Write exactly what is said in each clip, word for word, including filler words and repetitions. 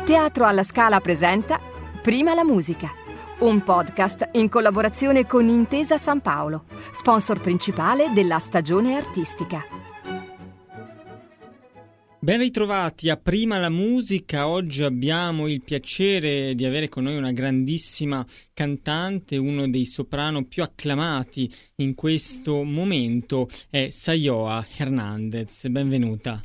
Teatro alla Scala presenta Prima la musica, un podcast in collaborazione con Intesa San Paolo, sponsor principale della stagione artistica. Ben ritrovati a Prima la musica. Oggi abbiamo il piacere di avere con noi una grandissima cantante, uno dei soprano più acclamati in questo momento è Sayoa Hernandez. Benvenuta.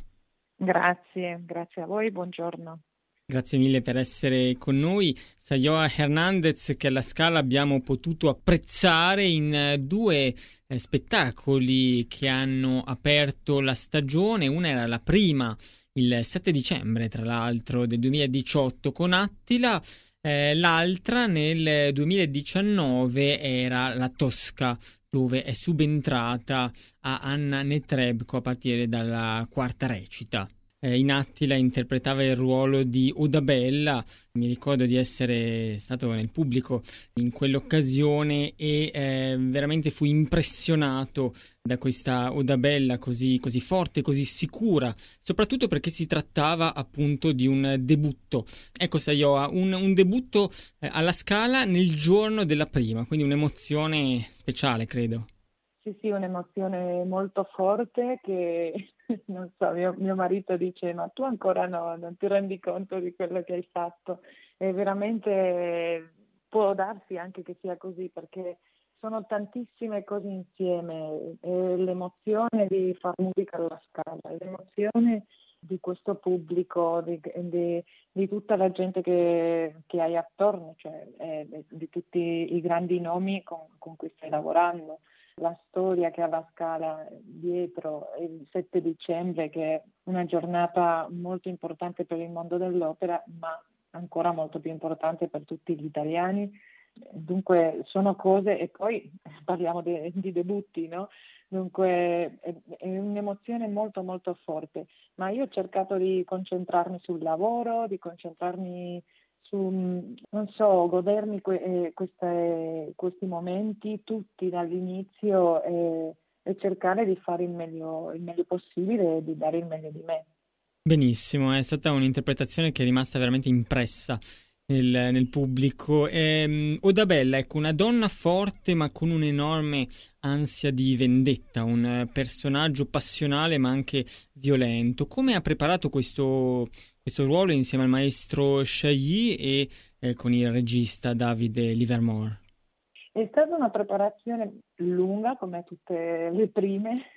Grazie, grazie a voi, buongiorno. Grazie mille per essere con noi. Sayoa Hernandez, che alla Scala abbiamo potuto apprezzare in due eh, spettacoli che hanno aperto la stagione. Una era la prima, il sette dicembre, tra l'altro, del duemiladiciotto con Attila. Eh, l'altra nel duemiladiciannove era La Tosca, dove è subentrata a Anna Netrebko a partire dalla quarta recita. Eh, in Attila interpretava il ruolo di Odabella. Mi ricordo di essere stato nel pubblico in quell'occasione e eh, veramente fui impressionato da questa Odabella così, così forte, così sicura, soprattutto perché si trattava appunto di un debutto. Ecco Sayoa, un, un debutto eh, alla Scala nel giorno della prima, quindi un'emozione speciale, credo. Sì, sì, un'emozione molto forte che, non so, mio, mio marito dice, ma tu ancora no, non ti rendi conto di quello che hai fatto. E veramente può darsi anche che sia così, perché sono tantissime cose insieme. E l'emozione di far musica alla Scala, l'emozione di questo pubblico, di, di, di tutta la gente che, che hai attorno, cioè eh, di tutti i grandi nomi con, con cui stai lavorando. La storia che ha la Scala dietro, il sette dicembre, che è una giornata molto importante per il mondo dell'opera, ma ancora molto più importante per tutti gli italiani. Dunque sono cose, e poi parliamo di, di debutti, no? Dunque è, è un'emozione molto molto forte, ma io ho cercato di concentrarmi sul lavoro, di concentrarmi su, non so, godermi que- eh, queste, questi momenti tutti dall'inizio e, e cercare di fare il meglio, il meglio possibile e di dare il meglio di me. Benissimo, è stata un'interpretazione che è rimasta veramente impressa nel, nel pubblico. Ehm, Odabella, ecco, una donna forte ma con un'enorme ansia di vendetta, un eh, personaggio passionale ma anche violento. Come ha preparato questo, questo ruolo insieme al maestro Chailly e eh, con il regista Davide Livermore? È stata una preparazione lunga, come tutte le prime,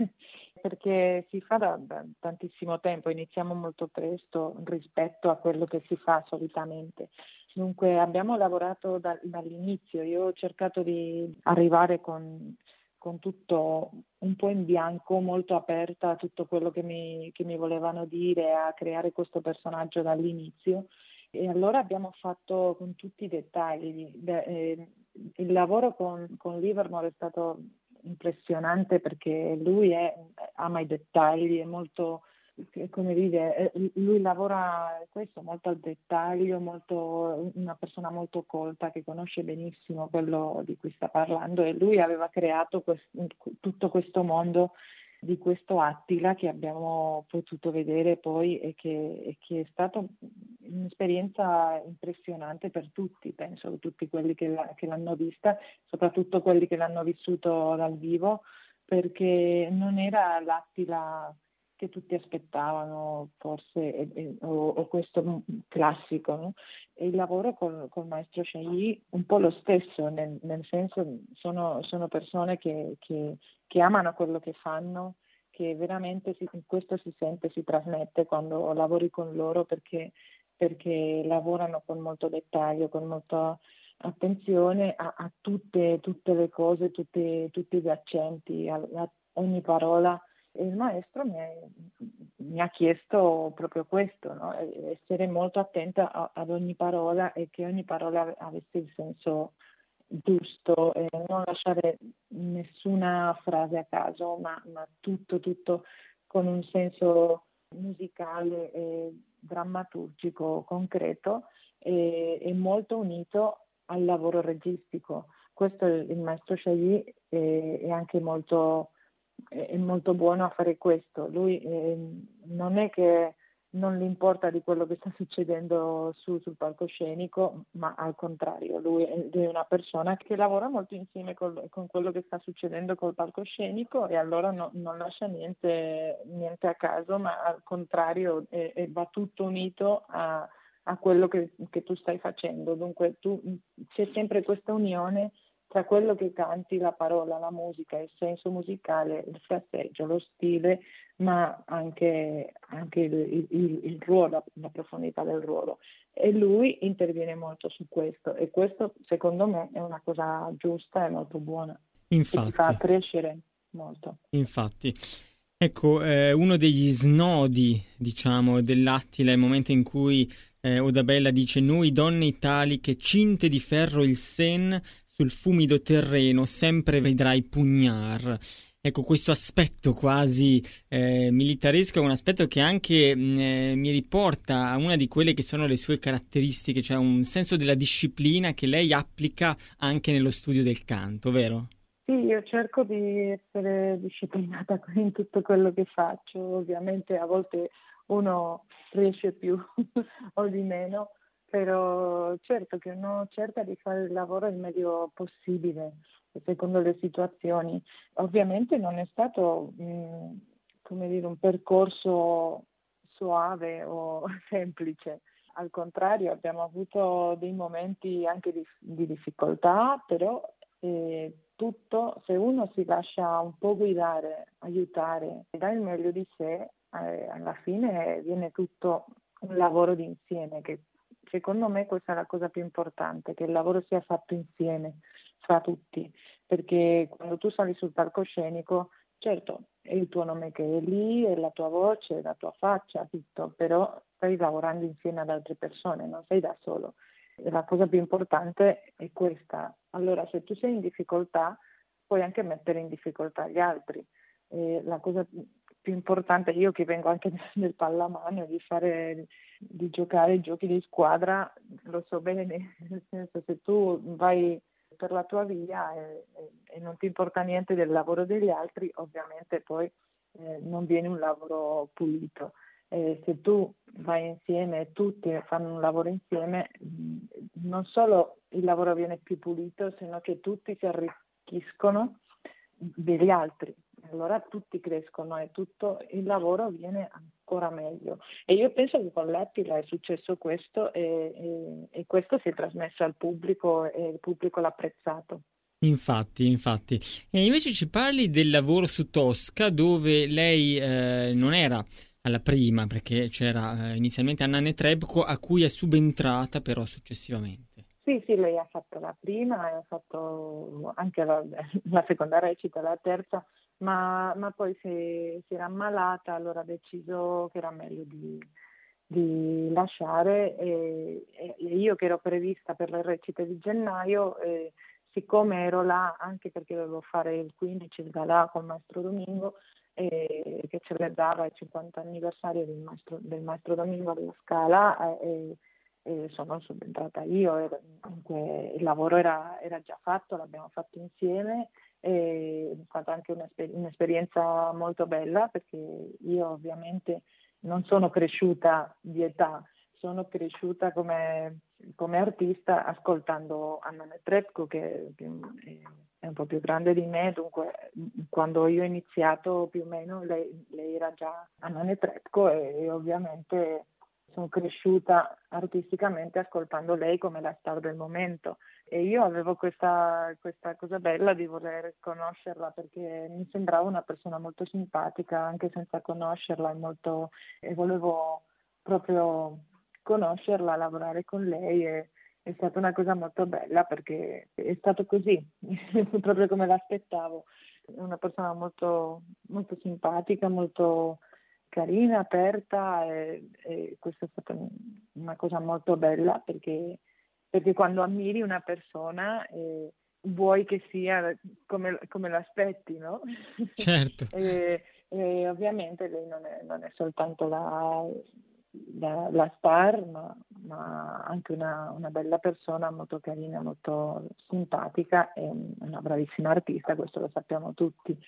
perché si fa da, da tantissimo tempo, iniziamo molto presto rispetto a quello che si fa solitamente. Dunque abbiamo lavorato da, dall'inizio, io ho cercato di arrivare con, con tutto un po' in bianco, molto aperta a tutto quello che mi, che mi volevano dire, a creare questo personaggio dall'inizio. E allora abbiamo fatto con tutti i dettagli. Eh, il lavoro con, con Livermore è stato impressionante perché lui è, ama i dettagli, è molto, come dire, lui lavora questo molto al dettaglio, molto, una persona molto colta che conosce benissimo quello di cui sta parlando, e lui aveva creato quest, tutto questo mondo di questo Attila che abbiamo potuto vedere poi e che, e che è stata un'esperienza impressionante per tutti, penso, tutti quelli che, la, che l'hanno vista, soprattutto quelli che l'hanno vissuto dal vivo, perché non era l'Attila che tutti aspettavano forse e, e, o, o questo classico, no? E il lavoro col, col maestro Chailly un po' lo stesso, nel, nel senso sono, sono persone che, che, che amano quello che fanno, che veramente si, questo si sente, si trasmette quando lavori con loro, perché, perché lavorano con molto dettaglio, con molta attenzione a, a tutte, tutte le cose, tutti, tutti gli accenti, a, a ogni parola. E il maestro mi, è, mi ha chiesto proprio questo, no? Essere molto attenta a, ad ogni parola e che ogni parola avesse il senso giusto, e non lasciare nessuna frase a caso, ma, ma tutto, tutto con un senso musicale e drammaturgico concreto e, e molto unito al lavoro registico. Questo il, il maestro Chailly è, è anche molto è molto buono a fare questo. Lui eh, non è che non gli importa di quello che sta succedendo su, sul palcoscenico, ma al contrario, lui è, lui è una persona che lavora molto insieme col, con quello che sta succedendo col palcoscenico e allora no, non lascia niente, niente a caso, ma al contrario e, e va tutto unito a, a quello che, che tu stai facendo. Dunque tu, c'è sempre questa unione tra quello che canti, la parola, la musica, il senso musicale, il frasseggio, lo stile, ma anche, anche il, il, il ruolo, la profondità del ruolo. E lui interviene molto su questo e questo secondo me è una cosa giusta e molto buona e ti fa Infatti, crescere molto. infatti. Ecco, eh, uno degli snodi, diciamo, dell'Attila è il momento in cui eh, Odabella dice: noi donne italiche, cinte di ferro il sen, sul fumido terreno sempre vedrai pugnar. Ecco, questo aspetto quasi eh, militaresco è un aspetto che anche mh, eh, mi riporta a una di quelle che sono le sue caratteristiche, cioè un senso della disciplina che lei applica anche nello studio del canto, vero? Sì, io cerco di essere disciplinata in tutto quello che faccio, ovviamente a volte uno riesce più o di meno, però certo che uno cerca di fare il lavoro il meglio possibile, secondo le situazioni. Ovviamente non è stato, mh, come dire, un percorso soave o semplice. Al contrario, abbiamo avuto dei momenti anche di, di difficoltà, però eh, tutto, se uno si lascia un po' guidare, aiutare, e dà il meglio di sé, eh, alla fine viene tutto un lavoro di insieme, che secondo me questa è la cosa più importante, che il lavoro sia fatto insieme, fra tutti, perché quando tu sali sul palcoscenico, certo, è il tuo nome che è lì, è la tua voce, la tua faccia, tutto, però stai lavorando insieme ad altre persone, non sei da solo. E la cosa più importante è questa. Allora, se tu sei in difficoltà, puoi anche mettere in difficoltà gli altri. E la cosa più importante, io che vengo anche nel pallamano, di fare, di giocare giochi di squadra, lo so bene, nel senso se tu vai per la tua via e, e, e non ti importa niente del lavoro degli altri, ovviamente poi eh, non viene un lavoro pulito. Eh, se tu vai insieme e tutti fanno un lavoro insieme, mh, non solo il lavoro viene più pulito, sino che tutti si arricchiscono degli altri. Allora tutti crescono e tutto il lavoro viene ancora meglio. E io penso che con l'Attila è successo questo e, e, e questo si è trasmesso al pubblico e il pubblico l'ha apprezzato. Infatti, infatti. E invece ci parli del lavoro su Tosca, dove lei eh, non era alla prima, perché c'era eh, inizialmente Anna Netrebko, a cui è subentrata però successivamente. Sì, sì, lei ha fatto la prima e ha fatto anche la, la seconda recita, la terza, ma, ma poi si, si era ammalata, allora ha deciso che era meglio di, di lasciare e, e io che ero prevista per le recite di gennaio, eh, siccome ero là anche perché dovevo fare il quindici, il galà con il maestro Domingo, eh, che celebrava il cinquanta anniversario del maestro, del maestro Domingo alla Scala, eh, e sono subentrata io, e comunque il lavoro era, era già fatto, l'abbiamo fatto insieme e è stata anche un'esper- un'esperienza molto bella perché io ovviamente non sono cresciuta di età, sono cresciuta come, come artista ascoltando Anna Netrebko che, che è un po' più grande di me, dunque quando io ho iniziato più o meno lei, lei era già Anna Netrebko e, e ovviamente sono cresciuta artisticamente ascoltando lei come la star del momento e io avevo questa, questa cosa bella di voler conoscerla perché mi sembrava una persona molto simpatica anche senza conoscerla e, molto, e volevo proprio conoscerla, lavorare con lei e è stata una cosa molto bella perché è stato così, proprio come l'aspettavo. È una persona molto, molto simpatica, molto carina, aperta e, e questa è stata una cosa molto bella perché, perché quando ammiri una persona eh, vuoi che sia come, come l'aspetti, no? Certo. e, e ovviamente lei non è, non è soltanto la, la, la star, ma, ma anche una, una bella persona, molto carina, molto simpatica e una bravissima artista, questo lo sappiamo tutti.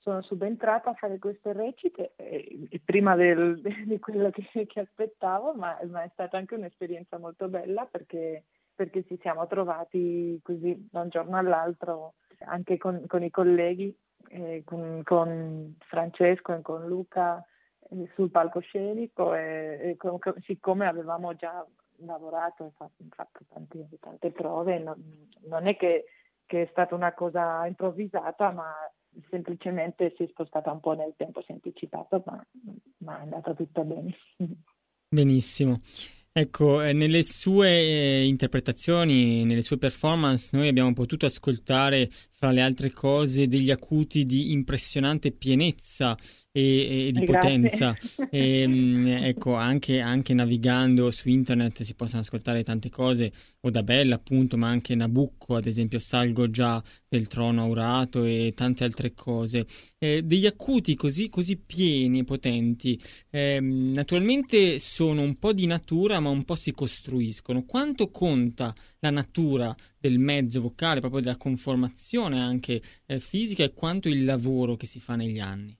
sono subentrata a fare queste recite eh, prima del, di quello che, che aspettavo, ma, ma è stata anche un'esperienza molto bella perché, perché ci siamo trovati così da un giorno all'altro anche con, con i colleghi, eh, con, con Francesco e con Luca eh, sul palcoscenico e, e con, siccome avevamo già lavorato e fatto, fatto tante, tante prove, non, non è che, che è stata una cosa improvvisata, ma semplicemente si è spostata un po' nel tempo, si è anticipato, ma, ma è andata tutto bene. Benissimo. Ecco, eh, nelle sue eh, interpretazioni, nelle sue performance, noi abbiamo potuto ascoltare, fra le altre cose, degli acuti di impressionante pienezza e, e di potenza. E, mh, ecco, anche, anche navigando su internet si possono ascoltare tante cose, o da Bella appunto, ma anche Nabucco, ad esempio, Salgo già del trono aurato e tante altre cose. Eh, degli acuti così, così pieni e potenti. Eh, naturalmente sono un po' di natura, ma un po' si costruiscono. Quanto conta la natura del mezzo vocale, proprio della conformazione anche eh, fisica, e quanto il lavoro che si fa negli anni?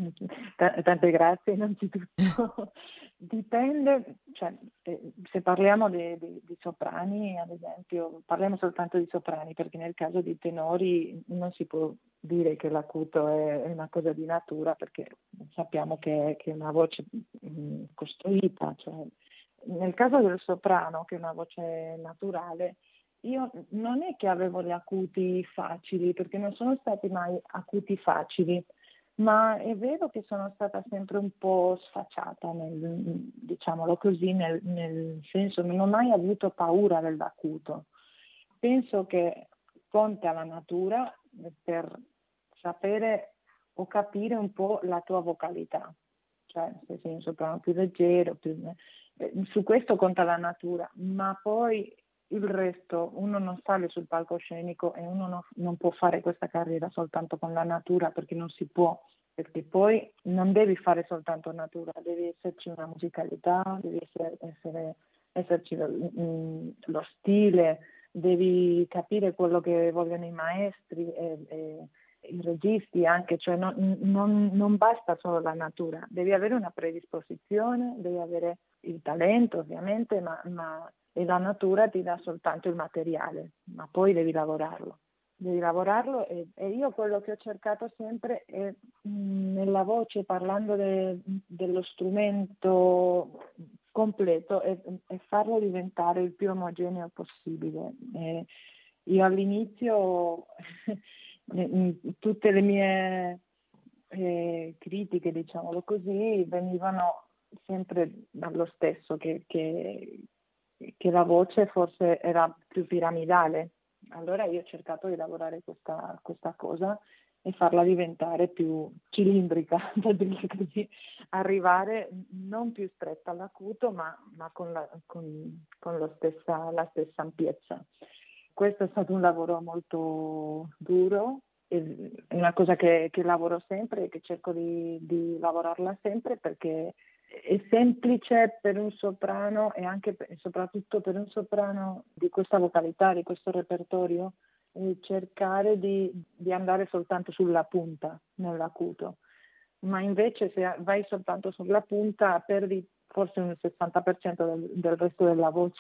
T- tante grazie innanzitutto. Dipende, cioè, eh, se parliamo di, di, di soprani, ad esempio, parliamo soltanto di soprani, perché nel caso di tenori non si può dire che l'acuto è, è una cosa di natura, perché sappiamo che, che è una voce mh, costruita. Cioè, nel caso del soprano, che è una voce naturale, io non è che avevo gli acuti facili, perché non sono stati mai acuti facili, ma è vero che sono stata sempre un po' sfacciata, nel, diciamolo così, nel, nel senso che non ho mai avuto paura dell'acuto. Penso che conta la natura per sapere o capire un po' la tua vocalità, cioè se sei un soprano più leggero, più, eh, su questo conta la natura, ma poi il resto, uno non sale sul palcoscenico e uno no, non può fare questa carriera soltanto con la natura, perché non si può, perché poi non devi fare soltanto natura, devi esserci una musicalità, devi essere, essere, esserci lo, mh, lo stile, devi capire quello che vogliono i maestri e, e i registi anche, cioè non, non, non basta solo la natura, devi avere una predisposizione, devi avere il talento ovviamente, ma, ma e la natura ti dà soltanto il materiale, ma poi devi lavorarlo. Devi lavorarlo e, e io quello che ho cercato sempre è mh, nella voce, parlando de, dello strumento completo, è, è farlo diventare il più omogeneo possibile. E io all'inizio tutte le mie eh, critiche, diciamolo così, venivano sempre dallo stesso, che, che che la voce forse era più piramidale. Allora io ho cercato di lavorare questa, questa cosa e farla diventare più cilindrica, da dire così, arrivare non più stretta all'acuto, ma, ma con, la, con, con lo stessa, la stessa ampiezza. Questo è stato un lavoro molto duro, è una cosa che, che lavoro sempre e che cerco di, di lavorarla sempre, perché è semplice per un soprano e anche per, soprattutto per un soprano di questa vocalità, di questo repertorio, eh, cercare di, di andare soltanto sulla punta nell'acuto, ma invece se vai soltanto sulla punta perdi forse un sessanta per cento del, del resto della voce.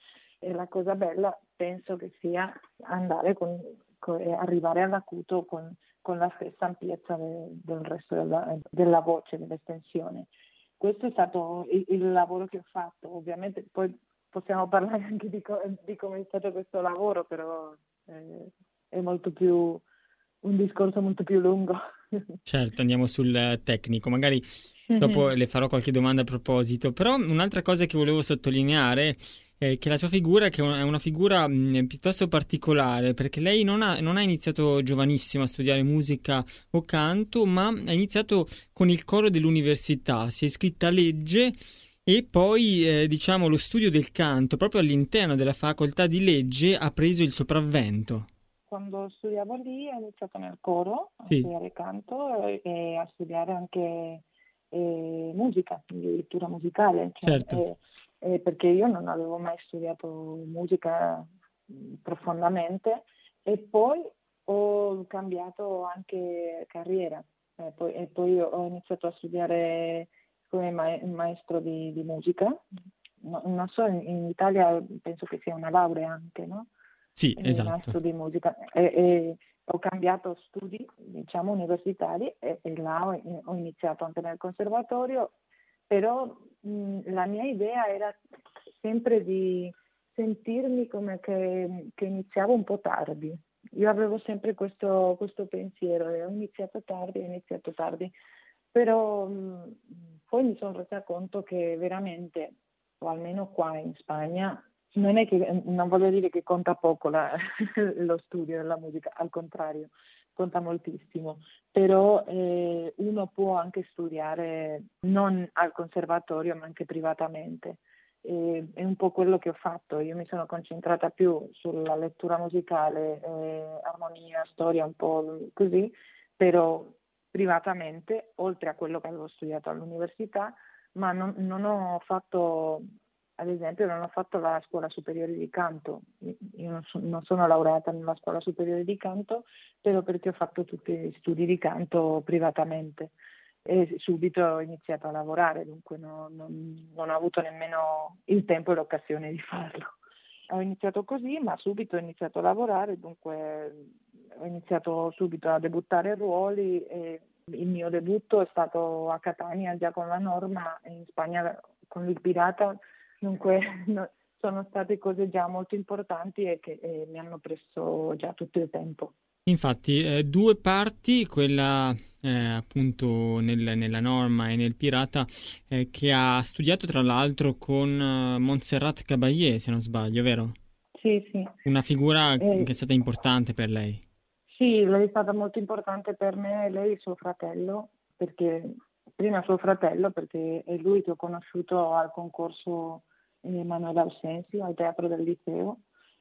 E la cosa bella penso che sia andare con, con arrivare all'acuto con, con la stessa ampiezza de, del resto della, della voce, dell'estensione. Questo è stato il, il lavoro che ho fatto. Ovviamente poi possiamo parlare anche di, co- di come è stato questo lavoro, però eh, è molto più un discorso molto più lungo. Certo, andiamo sul tecnico, magari dopo le farò qualche domanda a proposito, però un'altra cosa che volevo sottolineare è che la sua figura che è una figura mh, piuttosto particolare, perché lei non ha, non ha iniziato giovanissima a studiare musica o canto, ma ha iniziato con il coro dell'università, si è iscritta a legge e poi eh, diciamo lo studio del canto proprio all'interno della facoltà di legge ha preso il sopravvento. Quando studiavo lì ho iniziato nel coro, a Sì, studiare canto e, e a studiare anche eh, musica, lettura musicale, cioè, certo. eh, eh, perché io non avevo mai studiato musica mh, profondamente e poi ho cambiato anche carriera. E poi, e poi ho iniziato a studiare come ma- maestro di, di musica. No- non so, in, in Italia penso che sia una laurea anche, no? Sì, Eh, esatto. maestro di musica. E, e ho cambiato studi, diciamo, universitari e, e là ho, ho iniziato anche nel conservatorio, però mh, la mia idea era sempre di sentirmi come che, che iniziavo un po' tardi. Io avevo sempre questo, questo pensiero, e ho iniziato tardi, ho iniziato tardi, però mh, poi mi sono resa conto che veramente, o almeno qua in Spagna, non è che, non voglio dire che conta poco la- lo studio della musica, al contrario, conta moltissimo, però eh, uno può anche studiare non al conservatorio ma anche privatamente. E, è un po' quello che ho fatto. Io mi sono concentrata più sulla lettura musicale, eh, armonia, storia, un po' così, però privatamente, oltre a quello che avevo studiato all'università, ma non, non ho fatto, ad esempio, non ho fatto la scuola superiore di canto. Io non, so- non sono laureata nella scuola superiore di canto, però perché ho fatto tutti gli studi di canto privatamente e subito ho iniziato a lavorare, dunque no- non, non ho avuto nemmeno il tempo e l'occasione di farlo. Ho iniziato così, ma subito ho iniziato a lavorare, dunque ho iniziato subito a debuttare ruoli e il mio debutto è stato a Catania già con la Norma e in Spagna con il Pirata, dunque no- sono state cose già molto importanti e che e mi hanno preso già tutto il tempo. Infatti, eh, due parti, quella eh, appunto nel- nella Norma e nel Pirata, eh, che ha studiato tra l'altro con eh, Montserrat Caballé, se non sbaglio, vero? Sì, sì. Una figura che è Eh, stata importante per lei. Sì, lei è stata molto importante per me, lei e suo fratello, perché prima suo fratello, perché è lui che ho conosciuto al concorso eh, Emanuele Alsensi al Teatro del Liceo.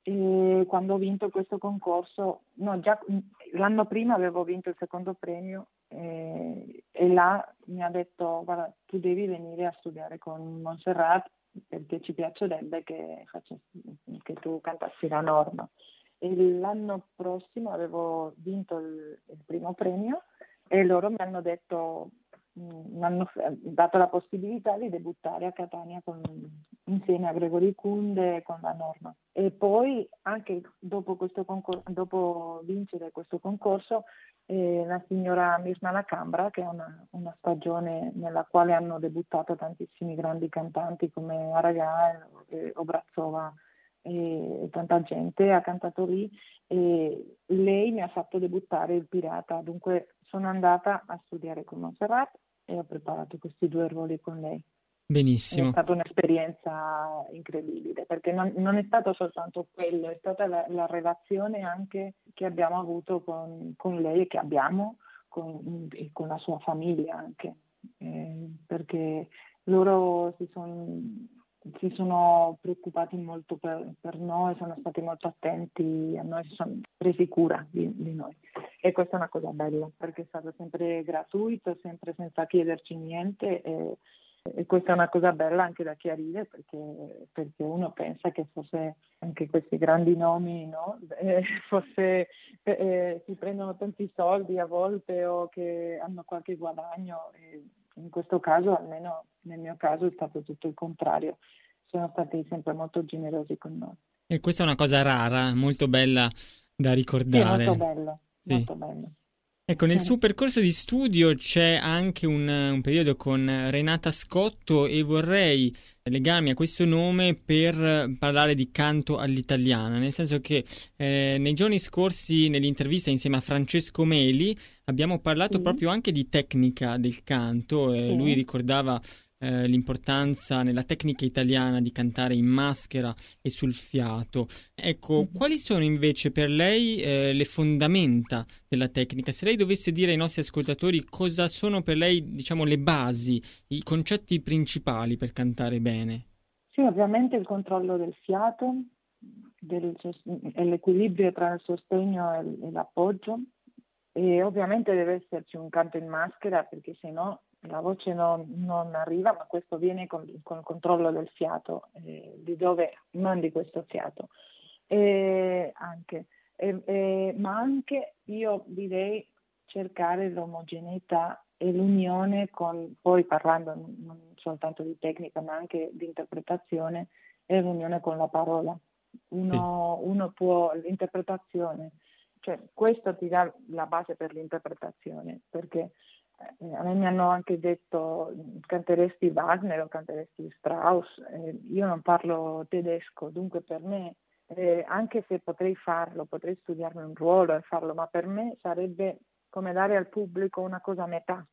E quando ho vinto questo concorso, no, già l'anno prima avevo vinto il secondo premio eh, e là mi ha detto: guarda, tu devi venire a studiare con Montserrat perché ci piacerebbe che, facessi- che tu cantassi la Norma. E l'anno prossimo avevo vinto il, il primo premio e loro mi hanno detto, mh, mi hanno f- dato la possibilità di debuttare a Catania con- insieme a Gregory Kunde e con la Norma. E poi anche dopo, questo concor- dopo vincere questo concorso, eh, la signora Mirna Lacambra, che è una, una stagione nella quale hanno debuttato tantissimi grandi cantanti come Aragà e Obrazova e tanta gente ha cantato lì e lei mi ha fatto debuttare il Pirata, dunque sono andata a studiare con Montserrat e ho preparato questi due ruoli con lei. Ed è Benissimo. stata un'esperienza incredibile perché non, non è stato soltanto quello, è stata la, la relazione anche che abbiamo avuto con, con lei e che abbiamo con, e con la sua famiglia anche, eh, perché loro si, son- si sono preoccupati molto per, per noi, sono stati molto attenti a noi, si sono presi cura di, di noi. E questa è una cosa bella perché è stato sempre gratuito, sempre senza chiederci niente. E, e questa è una cosa bella anche da chiarire perché, perché uno pensa che forse anche questi grandi nomi, no? Eh, forse eh, si prendono tanti soldi a volte o che hanno qualche guadagno. E in questo caso, almeno nel mio caso, è stato tutto il contrario. Sono stati sempre molto generosi con noi. E questa è una cosa rara, molto bella da Sì, è molto ricordare. bello, Sì. molto bello. Ecco, nel suo percorso di studio c'è anche un, un periodo con Renata Scotto e vorrei legarmi a questo nome per parlare di canto all'italiana, nel senso che eh, nei giorni scorsi nell'intervista insieme a Francesco Meli abbiamo parlato Sì, proprio anche di tecnica del canto e sì. lui ricordava eh, l'importanza nella tecnica italiana di cantare in maschera e sul fiato. Ecco, Mhm. quali sono invece per lei eh, le fondamenta della tecnica? Se lei dovesse dire ai nostri ascoltatori cosa sono per lei, diciamo, le basi, i concetti principali per cantare bene. Sì, ovviamente il controllo del fiato, del sos- e l'equilibrio tra il sostegno e l- e l'appoggio e ovviamente deve esserci un canto in maschera perché se no la voce non, non arriva, ma questo viene con, con il controllo del fiato, eh, di dove mandi questo fiato. E anche, e- e- ma anche io direi cercare l'omogeneità e l'unione con, poi parlando non soltanto di tecnica ma anche di interpretazione, è l'unione con la parola. Sì, Uno, uno può, l'interpretazione, cioè questo ti dà la base per l'interpretazione, perché eh, a me mi hanno anche detto canteresti Wagner o canteresti Strauss, eh, io non parlo tedesco, dunque per me, eh, anche se potrei farlo, potrei studiarmi un ruolo e farlo, ma per me sarebbe come dare al pubblico una cosa a metà,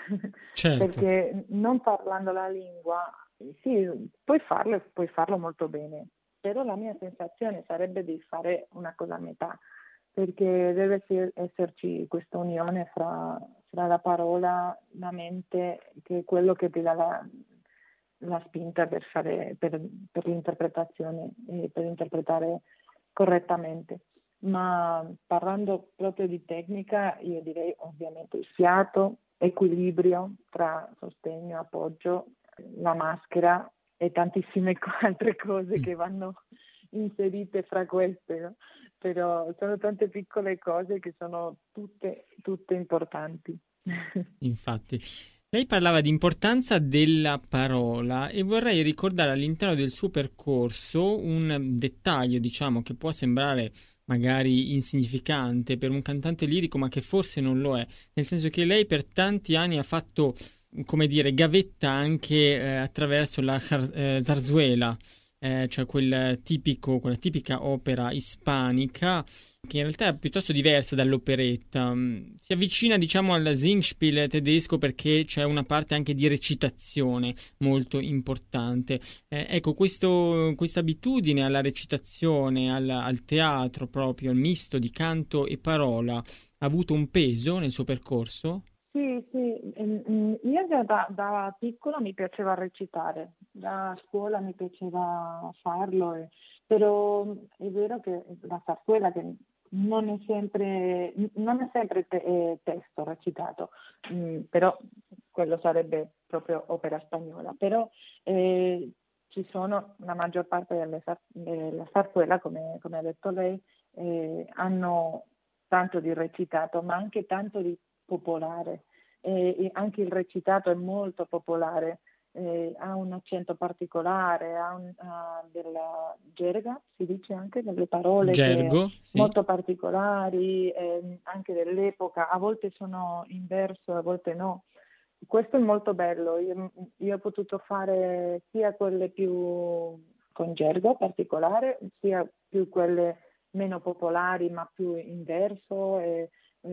certo. perché non parlando la lingua, sì, puoi farlo e puoi farlo molto bene, però la mia sensazione sarebbe di fare una cosa a metà, perché deve esser- esserci questa unione fra, fra la parola, la mente, che è quello che ti dà la, la spinta per fare, per, per l'interpretazione e per interpretare correttamente. Ma parlando proprio di tecnica, io direi ovviamente il fiato, equilibrio tra sostegno, appoggio, la maschera e tantissime co- altre cose Mm. che vanno inserite fra queste, no? Però sono tante piccole cose che sono tutte, tutte importanti. Infatti, lei parlava di importanza della parola e vorrei ricordare all'interno del suo percorso un dettaglio, diciamo, che può sembrare magari insignificante per un cantante lirico, ma che forse non lo è, nel senso che lei per tanti anni ha fatto, come dire, gavetta anche eh, attraverso la jar- eh, zarzuela, eh, cioè quel tipico, quella tipica opera ispanica che in realtà è piuttosto diversa dall'operetta. Mm, Si avvicina, diciamo, al Singspiel tedesco perché c'è una parte anche di recitazione molto importante. Eh, ecco, questo, questa abitudine alla recitazione, al, al teatro proprio, al misto di canto e parola, ha avuto un peso nel suo percorso? Sì, sì, ehm, io già da, da piccola mi piaceva recitare, da scuola mi piaceva farlo, e- però è vero che la zarzuela che non è sempre, non è sempre te- eh, testo recitato, mm, però quello sarebbe proprio opera spagnola, però eh, ci sono la maggior parte delle zar- della zarzuela, come, come ha detto lei, eh, hanno tanto di recitato, ma anche tanto di popolare. E, e anche il recitato è molto popolare, eh, ha un accento particolare, ha, un, ha della gerga, si dice anche, delle parole che Gergo, sì. molto particolari, eh, anche dell'epoca, a volte sono in verso, a volte no. Questo è molto bello, io, io ho potuto fare sia quelle più con gergo particolare, sia più quelle meno popolari ma più in verso e,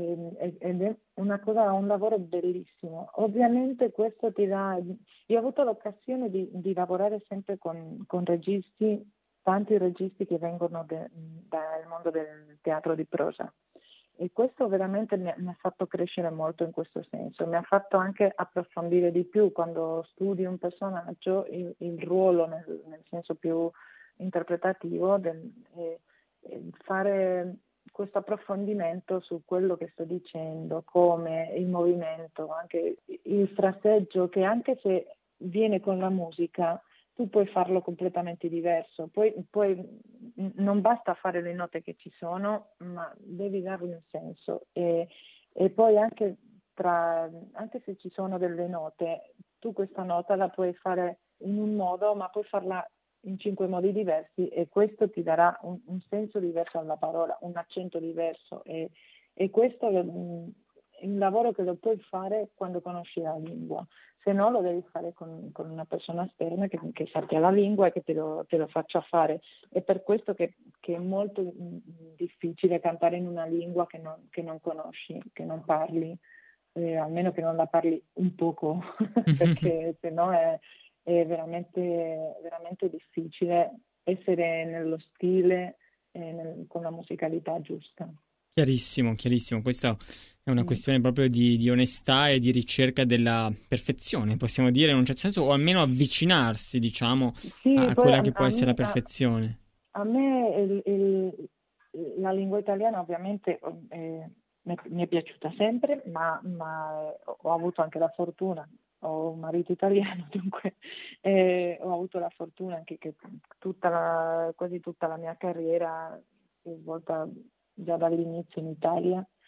e- ed è una cosa, un lavoro bellissimo. Ovviamente questo ti dà, io ho avuto l'occasione di, di lavorare sempre con, con registi, tanti registi che vengono de- dal mondo del teatro di prosa. E questo veramente mi ha, mi ha fatto crescere molto in questo senso, mi ha fatto anche approfondire di più quando studi un personaggio, il, il ruolo nel, nel senso più interpretativo, del, e, e fare questo approfondimento su quello che sto dicendo, come il movimento, anche il fraseggio che anche se viene con la musica, tu puoi farlo completamente diverso, poi, poi non basta fare le note che ci sono, ma devi dargli un senso e, e poi anche, tra, anche se ci sono delle note, tu questa nota la puoi fare in un modo, ma puoi farla in cinque modi diversi e questo ti darà un, un senso diverso alla parola, un accento diverso e, e questo è un, un lavoro che lo puoi fare quando conosci la lingua, se no lo devi fare con, con una persona esterna che, che sappia la lingua e che te lo, te lo faccia fare. È per questo che, che è molto mm, difficile cantare in una lingua che non, che non conosci, che non parli, eh, almeno che non la parli un poco, perché se no è, è veramente, veramente difficile essere nello stile e nel- con la musicalità giusta. Chiarissimo, chiarissimo. Questa è una Mm. questione proprio di, di onestà e di ricerca della perfezione, possiamo dire in un certo senso, o almeno avvicinarsi, diciamo, a, Sì, a poi quella a, che può a essere la me, a- perfezione. A me il- il- la lingua italiana ovviamente eh, mi mi è piaciuta sempre, ma, ma ho avuto anche la fortuna, ho un marito italiano, dunque eh, ho avuto la fortuna anche che tutta la- quasi tutta la mia carriera si è svolta già dall'inizio in Italia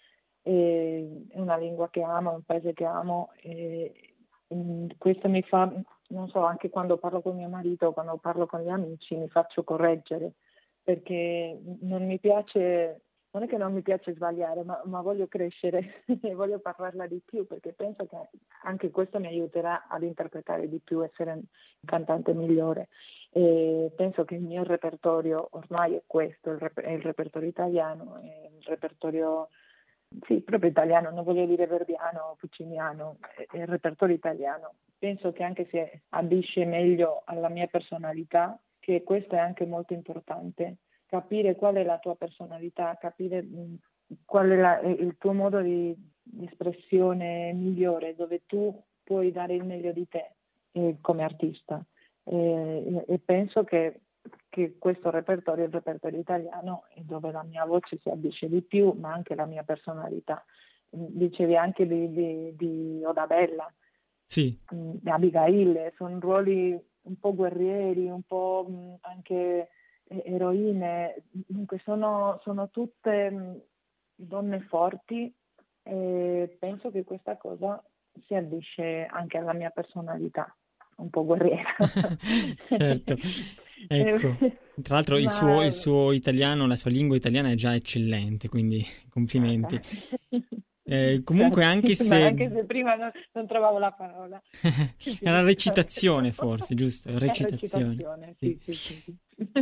e è una lingua che amo, è un paese che amo e mm, questo mi fa, non so, anche quando parlo con mio marito, quando parlo con gli amici, mi faccio correggere perché non mi piace, non è che non mi piace sbagliare, ma, ma voglio crescere e voglio parlarla di più perché penso che anche questo mi aiuterà ad interpretare di più, essere un cantante migliore. E penso che il mio repertorio ormai è questo, il rep- è il repertorio italiano, è il repertorio, sì, proprio italiano, non voglio dire verdiano, pucciniano, è, è il repertorio italiano. Penso che anche se addisce meglio alla mia personalità, che questo è anche molto importante, capire qual è la tua personalità, capire mh, qual è la- il tuo modo di, di espressione migliore, dove tu puoi dare il meglio di te eh, come artista. E, e penso che, che questo repertorio, il repertorio italiano, è dove la mia voce si addisce di più, ma anche la mia personalità. Dicevi anche di, di, di Oda Bella, Sì, mh, Abigail, sono ruoli un po' guerrieri, un po' mh, anche eh, eroine, dunque sono, sono tutte mh, donne forti e penso che questa cosa si addisce anche alla mia personalità, un po' guerriera. certo. Ecco, Eh, tra l'altro il suo, Ma il suo italiano, la sua lingua italiana è già eccellente, quindi ah, complimenti. grazie. Eh, comunque, anche Grazie, ma se anche se prima non, non trovavo la parola, ti è la recitazione, ringrazio. forse, giusto? È Recitazione, recitazione, sì. sì, sì, sì, sì.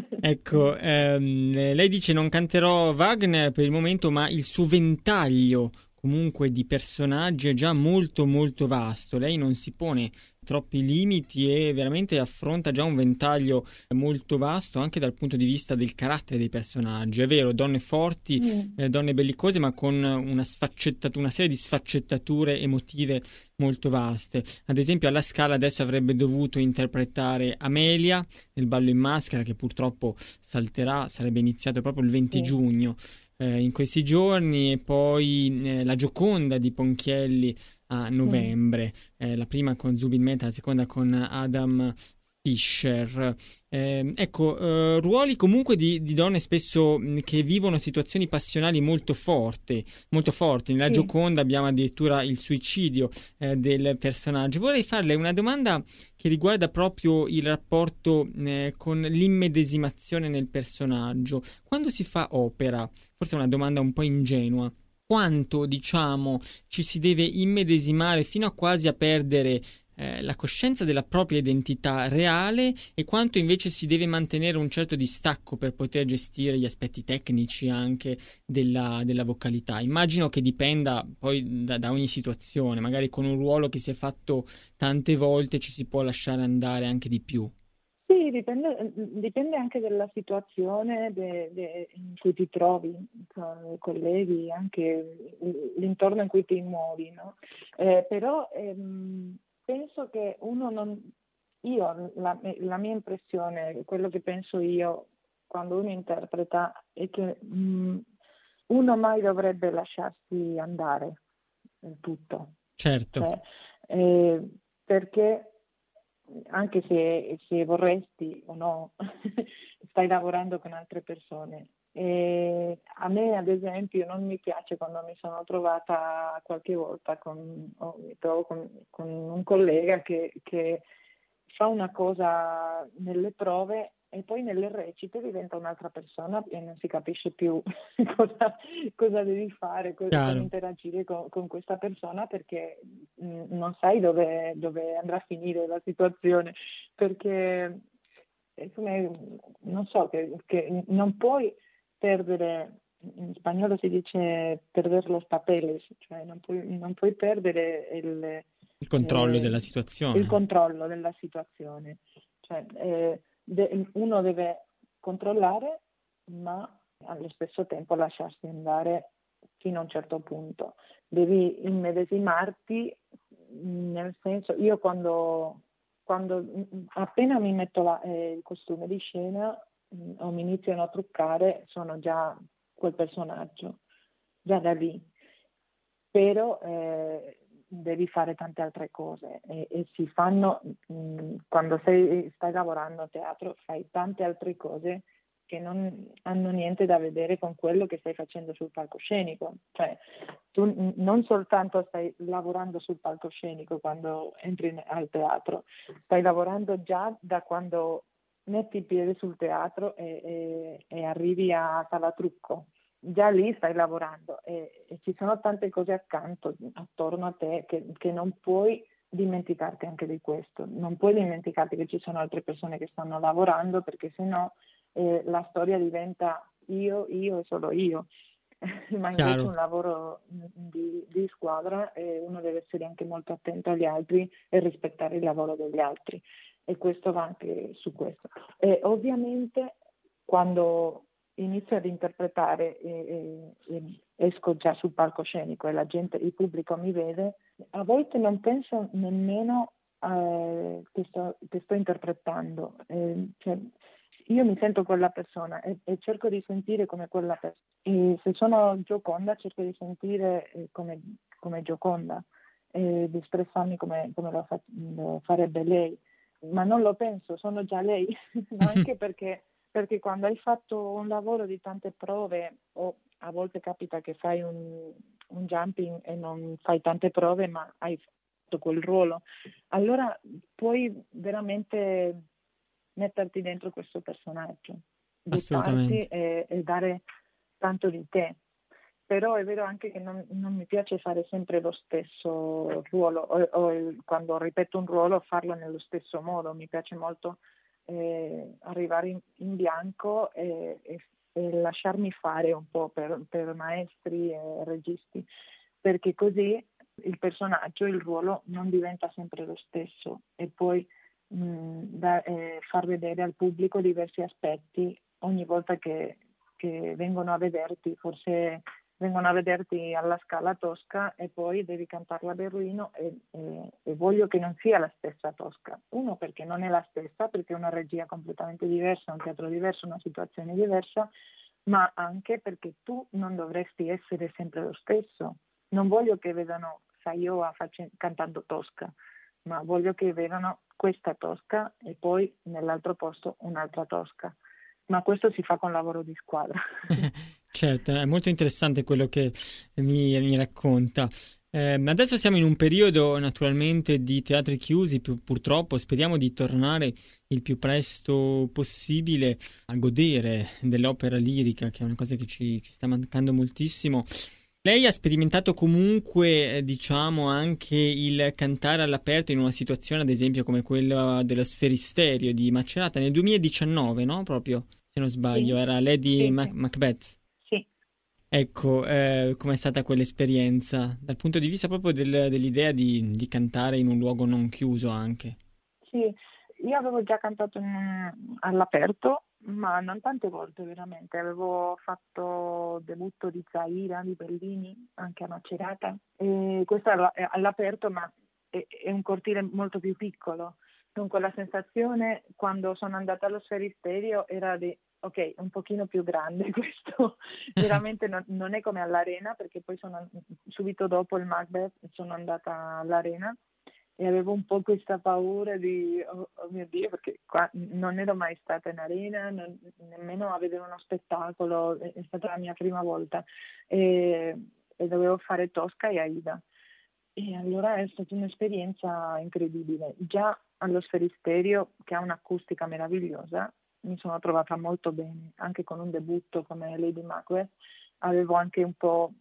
Ecco, ehm, lei dice non canterò Wagner per il momento, ma il suo ventaglio comunque di personaggi è già molto molto vasto. Lei non si pone troppi limiti e veramente affronta già un ventaglio molto vasto anche dal punto di vista del carattere dei personaggi. È vero, donne forti, Mm, eh, donne bellicose, ma con una sfaccettat- una serie di sfaccettature emotive molto vaste. Ad esempio, alla Scala adesso avrebbe dovuto interpretare Amelia nel ballo in maschera che purtroppo salterà, sarebbe iniziato proprio il venti sì. giugno eh, in questi giorni, e poi eh, la Gioconda di Ponchielli a Mm. novembre, eh, la prima con Zubin Mehta, la seconda con Adam Fischer. Eh, ecco, eh, ruoli comunque di, di donne spesso mh, che vivono situazioni passionali molto forti, molto forti. Nella Sì, Gioconda abbiamo addirittura il suicidio eh, del personaggio. Vorrei farle una domanda che riguarda proprio il rapporto eh, con l'immedesimazione nel personaggio. Quando si fa opera, forse è una domanda un po' ingenua, quanto, diciamo, ci si deve immedesimare fino a quasi a perdere eh, la coscienza della propria identità reale e quanto invece si deve mantenere un certo distacco per poter gestire gli aspetti tecnici anche della, della vocalità. Immagino che dipenda poi da, da ogni situazione, magari con un ruolo che si è fatto tante volte ci si può lasciare andare anche di più. sì, dipende, dipende anche dalla situazione de- de- in cui ti trovi, con i colleghi, anche l'intorno in cui ti muovi, no? Eh, però ehm, penso che uno non, io, la, la mia impressione, quello che penso io quando uno interpreta è che mh, uno mai dovrebbe lasciarsi andare in tutto, Certo, cioè, eh, perché anche se, se vorresti o no, stai lavorando con altre persone. E a me, ad esempio, non mi piace quando mi sono trovata qualche volta con, o mi trovo con, con un collega che, che fa una cosa nelle prove e poi nelle recite diventa un'altra persona e non si capisce più cosa, cosa devi fare, co- come chiaro. interagire con, con questa persona perché mh, non sai dove, dove andrà a finire la situazione, perché è come, non so, che, che non puoi perdere, in spagnolo si dice perder los papeles, cioè non puoi, non puoi perdere il, Il controllo eh, della il situazione. controllo della situazione. Cioè, eh, de- uno deve controllare, ma allo stesso tempo lasciarsi andare fino a un certo punto. Devi immedesimarti, nel senso, io quando, quando appena mi metto la, eh, il costume di scena mh, o mi iniziano a truccare, sono già quel personaggio, già da lì. Però eh, devi fare tante altre cose e, e si fanno, mh, quando sei, stai lavorando a teatro, fai tante altre cose che non hanno niente da vedere con quello che stai facendo sul palcoscenico. Cioè, tu n- non soltanto stai lavorando sul palcoscenico quando entri in- al teatro, stai lavorando già da quando metti il piede sul teatro e, e- e arrivi a Sala Trucco. Già lì stai lavorando e, e ci sono tante cose accanto, attorno a te, che, che non puoi dimenticarti anche di questo. Non puoi dimenticarti che ci sono altre persone che stanno lavorando, perché sennò eh, la storia diventa io, io e solo io. Ma invece Chiaro. un lavoro di, di squadra, e uno deve essere anche molto attento agli altri e rispettare il lavoro degli altri, e questo va anche su questo. E ovviamente quando inizio ad interpretare e, e- e esco già sul palcoscenico e la gente, il pubblico mi vede, a volte non penso nemmeno eh, che, sto, che sto interpretando. Eh, cioè, io mi sento quella persona e, e cerco di sentire come quella persona. E se sono Gioconda cerco di sentire eh, come, come Gioconda, e di espressarmi come, come lo, fa- lo farebbe lei. Ma non lo penso, sono già lei, ma anche perché, perché quando hai fatto un lavoro di tante prove, o a volte capita che fai un, un jumping e non fai tante prove, ma hai fatto quel ruolo, allora puoi veramente metterti dentro questo personaggio, buttarti Assolutamente. e, e dare tanto di te. Però è vero anche che non, non mi piace fare sempre lo stesso ruolo, o, o il- quando ripeto un ruolo farlo nello stesso modo. Mi piace molto eh, arrivare in, in bianco e, e- e lasciarmi fare un po' per, per maestri e registi, perché così il personaggio, il ruolo non diventa sempre lo stesso, e poi mh, da- eh, far vedere al pubblico diversi aspetti ogni volta che, che vengono a vederti. Forse vengono a vederti alla Scala Tosca e poi devi cantare la Berruino, e, e- e voglio che non sia la stessa Tosca. Uno, perché non è la stessa, perché è una regia completamente diversa, un teatro diverso, una situazione diversa, ma anche perché tu non dovresti essere sempre lo stesso. Non voglio che vedano Saioa face- cantando Tosca, ma voglio che vedano questa Tosca e poi nell'altro posto un'altra Tosca. Ma questo si fa con lavoro di squadra. Certo, è molto interessante quello che mi, mi racconta. Eh, adesso siamo in un periodo naturalmente di teatri chiusi, pu- purtroppo speriamo di tornare il più presto possibile a godere dell'opera lirica, che è una cosa che ci, ci sta mancando moltissimo. Lei ha sperimentato comunque, eh, diciamo, anche il cantare all'aperto in una situazione, ad esempio, come quella dello Sferisterio di Macerata nel duemiladiciannove, no? Proprio, se non sbaglio, Sì, era Lady sì, Ma- sì, Macbeth. sì. Ecco, eh, com'è stata quell'esperienza dal punto di vista proprio del- dell'idea di, di cantare in un luogo non chiuso anche? Sì, io avevo già cantato in- all'aperto, ma non tante volte veramente. Avevo fatto debutto di Zaira, di Bellini, anche a Macerata. E questo era è all'aperto, ma è, è un cortile molto più piccolo. Dunque la sensazione quando sono andata allo Sferisterio era di, ok, un pochino più grande questo. Veramente non, non è come all'Arena, perché poi sono subito dopo il Macbeth sono andata all'Arena e avevo un po' questa paura di, oh, oh mio Dio, perché qua non ero mai stata in arena, non- nemmeno a vedere uno spettacolo, è è stata la mia prima volta, e, e dovevo fare Tosca e Aida. E allora è stata un'esperienza incredibile. Già allo Sferisterio, che ha un'acustica meravigliosa, mi sono trovata molto bene, anche con un debutto come Lady Macbeth. Avevo anche un po'...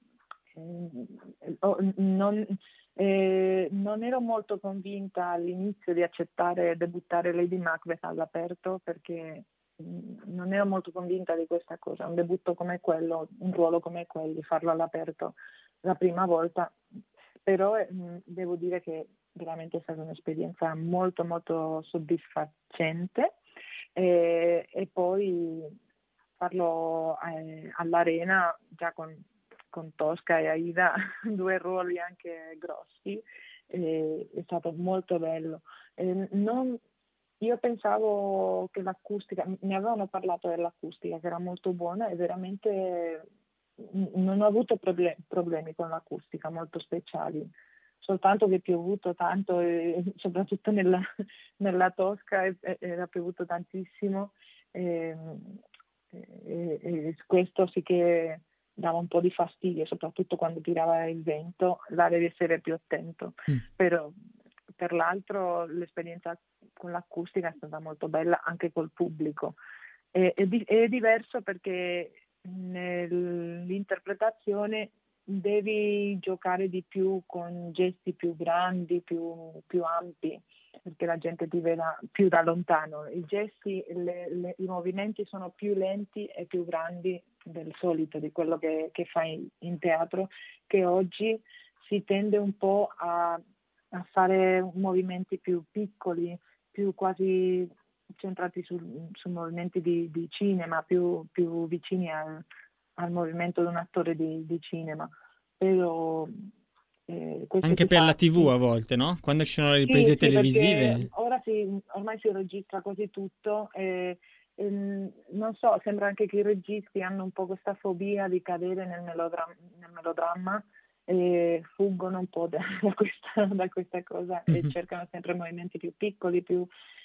eh, oh, non, eh, non ero molto convinta all'inizio di accettare debuttare Lady Macbeth all'aperto, perché mh, non ero molto convinta di questa cosa. Un debutto come quello, un ruolo come quello, di farlo all'aperto la prima volta, però mh, devo dire che veramente è stata un'esperienza molto molto soddisfacente, e, e poi farlo eh, all'Arena già con, con Tosca e Aida, due ruoli anche grossi, e, è stato molto bello. Eh, non, io pensavo che l'acustica, mi avevano parlato dell'acustica che era molto buona, e veramente non ho avuto proble- problemi con l'acustica molto speciali, soltanto che è piovuto tanto, e soprattutto nella, nella Tosca è- è- era piovuto tantissimo, e, e, e questo sì che dava un po' di fastidio, soprattutto quando tirava il vento, là devi essere più attento. Mm. Però per l'altro l'esperienza con l'acustica è stata molto bella anche col pubblico. È, è, di, è diverso perché nell'interpretazione devi giocare di più con gesti più grandi, più, più ampi, perché la gente ti veda più da lontano. I gesti, le, le, i movimenti sono più lenti e più grandi del solito, di quello che, che fai in teatro, che oggi si tende un po' a, a fare movimenti più piccoli, più quasi centrati su, su movimenti di, di cinema, più, più vicini al, al movimento di un attore di, di cinema. Però eh, questo Anche ti per fa, la T V sì, a volte, no? Quando ci sono le sì, riprese sì, perché televisive. ora si, ormai si registra quasi tutto e, e, non so, sembra anche che i registi hanno un po' questa fobia di cadere nel melodramma, nel melodramma e fuggono un po' da, da, questa, da questa cosa e Mhm. cercano sempre movimenti più piccoli, più,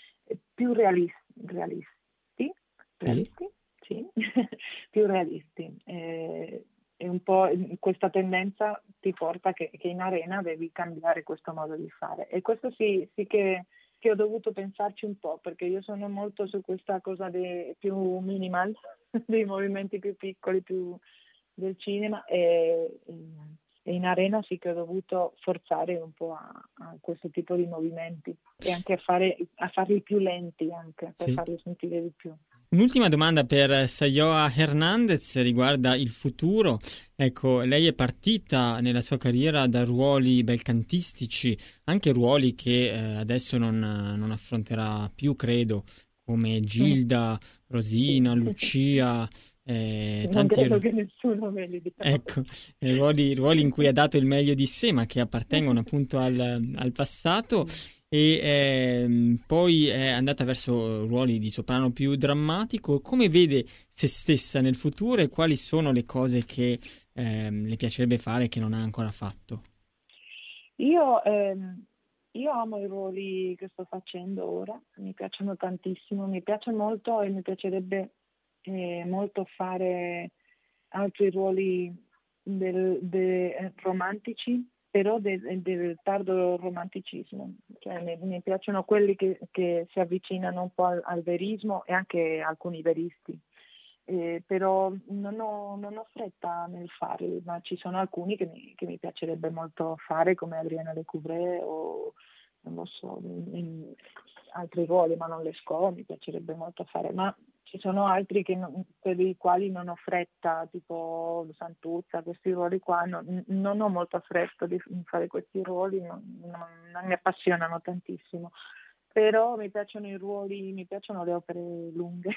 più realis- realisti, Sì. realisti? Sì, più realisti. E, e un po' questa tendenza ti porta che, che in arena devi cambiare questo modo di fare. E questo sì, sì che, che ho dovuto pensarci un po', perché io sono molto su questa cosa de, più minimal, dei movimenti più piccoli, più del cinema, e, e in arena sì che ho dovuto forzare un po' a, a questo tipo di movimenti e anche a, fare, a farli più lenti anche, per Sì. farli sentire di più. Un'ultima domanda per Sayoa Hernandez riguarda il futuro. Ecco, lei è partita nella sua carriera da ruoli belcantistici, anche ruoli che eh, adesso non, non affronterà più, credo, come Gilda, Sì. Rosina, Lucia, eh, Non tanti credo ru- che nessuno me li dia. ecco, eh, ruoli, ruoli in cui ha dato il meglio di sé, ma che appartengono appunto al, al passato. Sì. E ehm, poi è andata verso ruoli di soprano più drammatico. Come vede se stessa nel futuro e quali sono le cose che ehm, le piacerebbe fare che non ha ancora fatto? Io, ehm, io amo i ruoli che sto facendo ora, mi piacciono tantissimo, mi piace molto e mi piacerebbe eh, molto fare altri ruoli del- de- eh, romantici, però del, del tardo romanticismo. Cioè, mi, mi piacciono quelli che, che si avvicinano un po' al, al verismo e anche alcuni veristi. Eh, però non ho, non ho fretta nel farli, ma ci sono alcuni che mi, che mi piacerebbe molto fare, come Adriana Lecouvreur o non lo so, in, in altri ruoli, ma non Lescaut, mi piacerebbe molto fare, ma ci sono altri che non, per i quali non ho fretta, tipo Santuzza, questi ruoli qua, non, non ho molta fretta di fare questi ruoli, non, non, non mi appassionano tantissimo. Però mi piacciono i ruoli, mi piacciono le opere lunghe,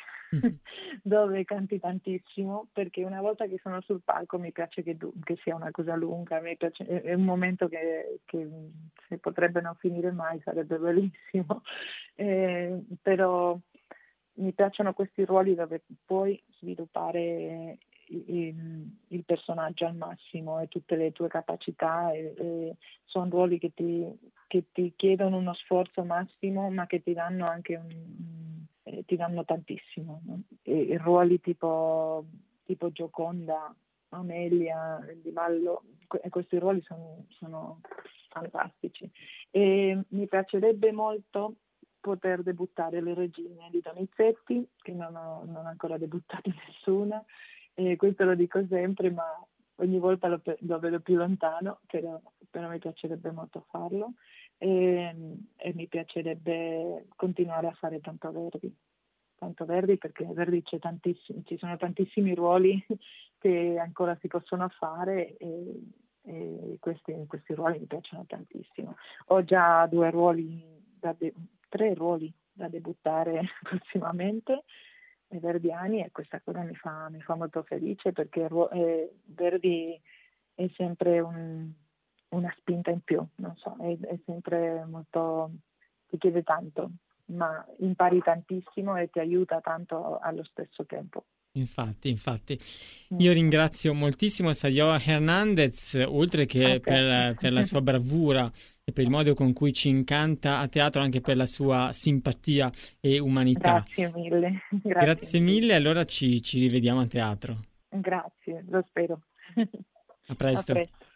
dove canti tantissimo, perché una volta che sono sul palco mi piace che, du- che sia una cosa lunga, mi piace, è, è un momento che, che se potrebbe non finire mai sarebbe bellissimo, eh, però mi piacciono questi ruoli dove puoi sviluppare il, il personaggio al massimo e tutte le tue capacità, e, e sono ruoli che ti, che ti chiedono uno sforzo massimo, ma che ti danno anche un, eh, ti danno tantissimo, no? E, e ruoli tipo, tipo Gioconda, Amelia, Di Ballo, que- questi ruoli sono, sono fantastici. E mi piacerebbe molto poter debuttare le regine di Donizetti, che non ho, non ho ancora debuttato nessuna, e questo lo dico sempre, ma ogni volta lo, lo vedo più lontano, però, però mi piacerebbe molto farlo e, e mi piacerebbe continuare a fare tanto Verdi, tanto Verdi perché Verdi c'è tantissimi, ci sono tantissimi ruoli che ancora si possono fare e, e questi, questi ruoli mi piacciono tantissimo. Ho già due ruoli, da de- tre ruoli da debuttare prossimamente verdiani e questa cosa mi fa, mi fa molto felice perché eh, Verdi è sempre un, una spinta in più, non so, è, è sempre molto, ti chiede tanto, ma impari tantissimo e ti aiuta tanto allo stesso tempo. Infatti, infatti. Io ringrazio moltissimo Sayoa Hernandez, oltre che Okay. per, per la sua bravura e per il modo con cui ci incanta a teatro, anche per la sua simpatia e umanità. Grazie mille. Grazie, Grazie mille, allora ci, ci rivediamo a teatro. Grazie, lo spero. A presto. A presto.